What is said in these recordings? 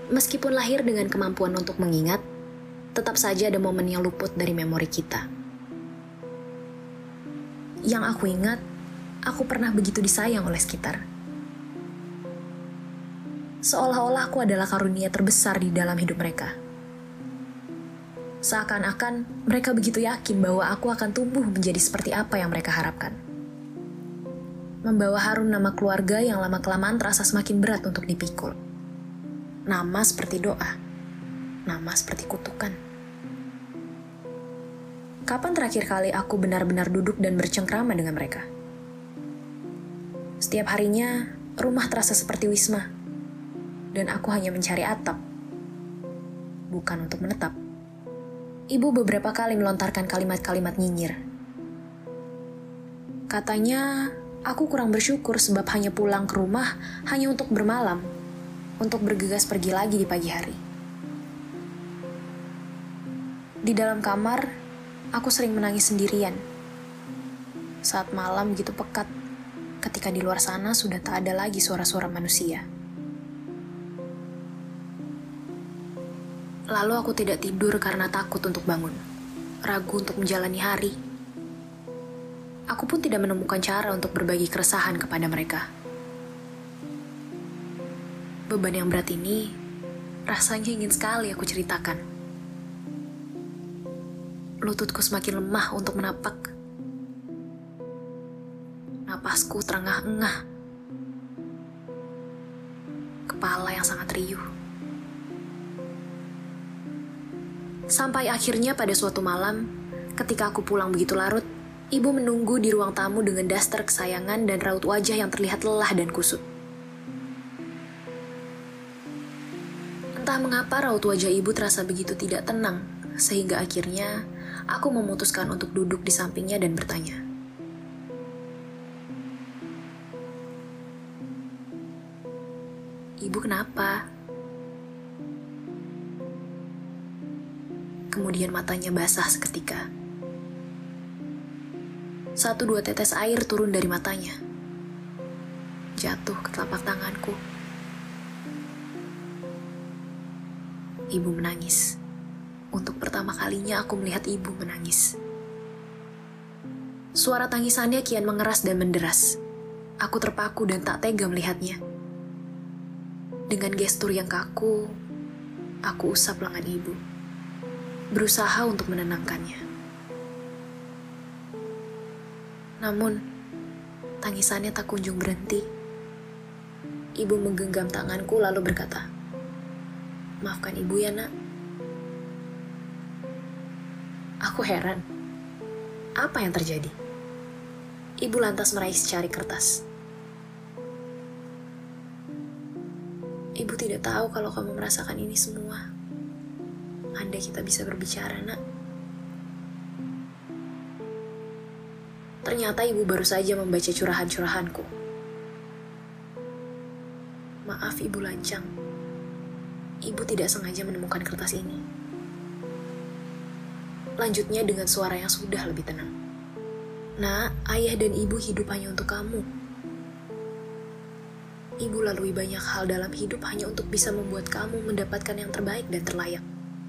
Meskipun lahir dengan kemampuan untuk mengingat, tetap saja ada momen yang luput dari memori kita. Yang aku ingat, aku pernah begitu disayang oleh sekitar. Seolah-olah aku adalah karunia terbesar di dalam hidup mereka. Seakan-akan mereka begitu yakin bahwa aku akan tumbuh menjadi seperti apa yang mereka harapkan. Membawa harum nama keluarga yang lama-kelamaan terasa semakin berat untuk dipikul. Nama seperti doa, nama seperti kutukan. Kapan terakhir kali aku benar-benar duduk dan bercengkrama dengan mereka? Setiap harinya, rumah terasa seperti wisma, dan aku hanya mencari atap, bukan untuk menetap. Ibu beberapa kali melontarkan kalimat-kalimat nyinyir. Katanya, aku kurang bersyukur sebab hanya pulang ke rumah hanya untuk bermalam, untuk bergegas pergi lagi di pagi hari. Di dalam kamar, aku sering menangis sendirian. Saat malam begitu pekat, ketika di luar sana sudah tak ada lagi suara-suara manusia. Lalu aku tidak tidur karena takut untuk bangun, ragu untuk menjalani hari. Aku pun tidak menemukan cara untuk berbagi keresahan kepada mereka. Beban yang berat ini rasanya ingin sekali aku ceritakan. Lututku semakin lemah untuk menapak. Napasku terengah-engah. Kepala yang sangat riuh. Sampai akhirnya pada suatu malam, ketika aku pulang begitu larut, ibu menunggu di ruang tamu dengan daster kesayangan dan raut wajah yang terlihat lelah dan kusut. Entah mengapa raut wajah ibu terasa begitu tidak tenang, sehingga akhirnya aku memutuskan untuk duduk di sampingnya dan bertanya. Ibu kenapa? Kemudian matanya basah seketika. 1-2 tetes air turun dari matanya, jatuh ke telapak tanganku. Ibu menangis. Untuk pertama kalinya aku melihat ibu menangis. Suara tangisannya kian mengeras dan menderas. Aku terpaku dan tak tega melihatnya. Dengan gestur yang kaku, aku usap lengan ibu, berusaha untuk menenangkannya. Namun, tangisannya tak kunjung berhenti. Ibu menggenggam tanganku lalu berkata, "Maafkan ibu ya, Nak." Aku heran. Apa yang terjadi? Ibu lantas meraih secari kertas. Ibu tidak tahu kalau kamu merasakan ini semua. Andai kita bisa berbicara, Nak. Ternyata ibu baru saja membaca curahan-curahanku. Maaf, Ibu lancang. Ibu tidak sengaja menemukan kertas ini. Lanjutnya dengan suara yang sudah lebih tenang. Nak, ayah dan ibu hidup hanya untuk kamu. Ibu lalui banyak hal dalam hidup hanya untuk bisa membuat kamu mendapatkan yang terbaik dan terlayak.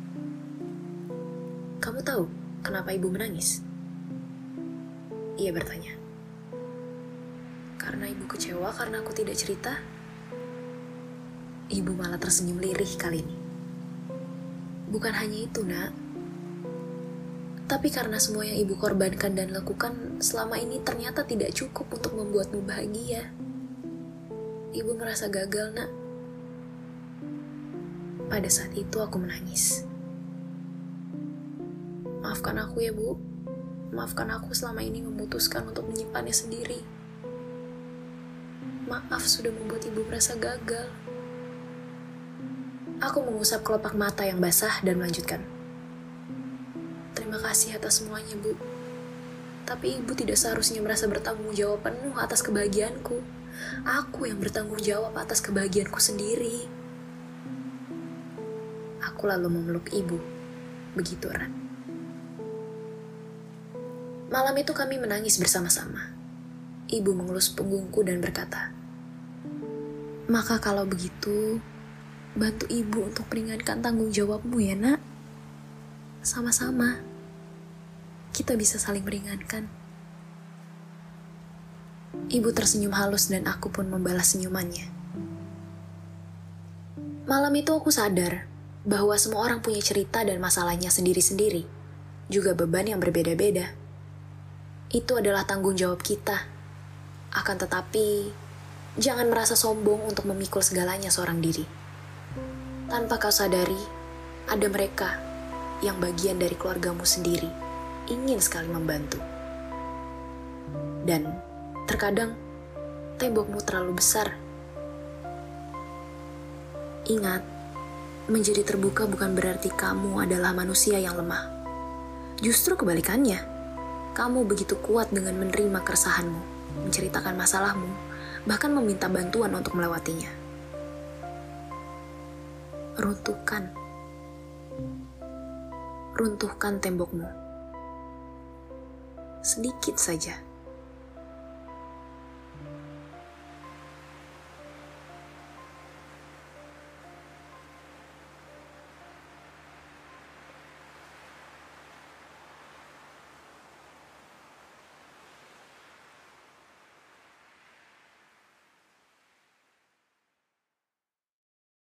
Kamu tahu kenapa ibu menangis? Ia bertanya. Karena ibu kecewa karena aku tidak cerita? Ibu malah tersenyum lirih kali ini. Bukan hanya itu, Nak. Tapi karena semua yang ibu korbankan dan lakukan selama ini ternyata tidak cukup untuk membuatmu bahagia. Ibu merasa gagal, Nak. Pada saat itu aku menangis. Maafkan aku ya, Bu. Maafkan aku selama ini memutuskan untuk menyimpannya sendiri. Maaf sudah membuat ibu merasa gagal. Aku mengusap kelopak mata yang basah dan melanjutkan. Terima kasih atas semuanya, Bu. Tapi ibu tidak seharusnya merasa bertanggung jawab penuh atas kebahagiaanku. Aku yang bertanggung jawab atas kebahagiaanku sendiri. Aku lalu memeluk ibu. Begitu erat. Malam itu kami menangis bersama-sama. Ibu mengelus punggungku dan berkata, "Maka kalau begitu, bantu ibu untuk meringankan tanggung jawabmu ya nak. Sama-sama, kita bisa saling meringankan. Ibu tersenyum halus dan aku pun membalas senyumannya. Malam itu aku sadar bahwa semua orang punya cerita dan masalahnya sendiri-sendiri, juga beban yang berbeda-beda. Itu adalah tanggung jawab kita. Akan tetapi, jangan merasa sombong untuk memikul segalanya seorang diri. Tanpa kau sadari, ada mereka yang bagian dari keluargamu sendiri, ingin sekali membantu. Dan terkadang, tembokmu terlalu besar. Ingat, menjadi terbuka bukan berarti kamu adalah manusia yang lemah. Justru kebalikannya, kamu begitu kuat dengan menerima keresahanmu, menceritakan masalahmu, bahkan meminta bantuan untuk melewatinya. Runtuhkan tembokmu. Sedikit saja.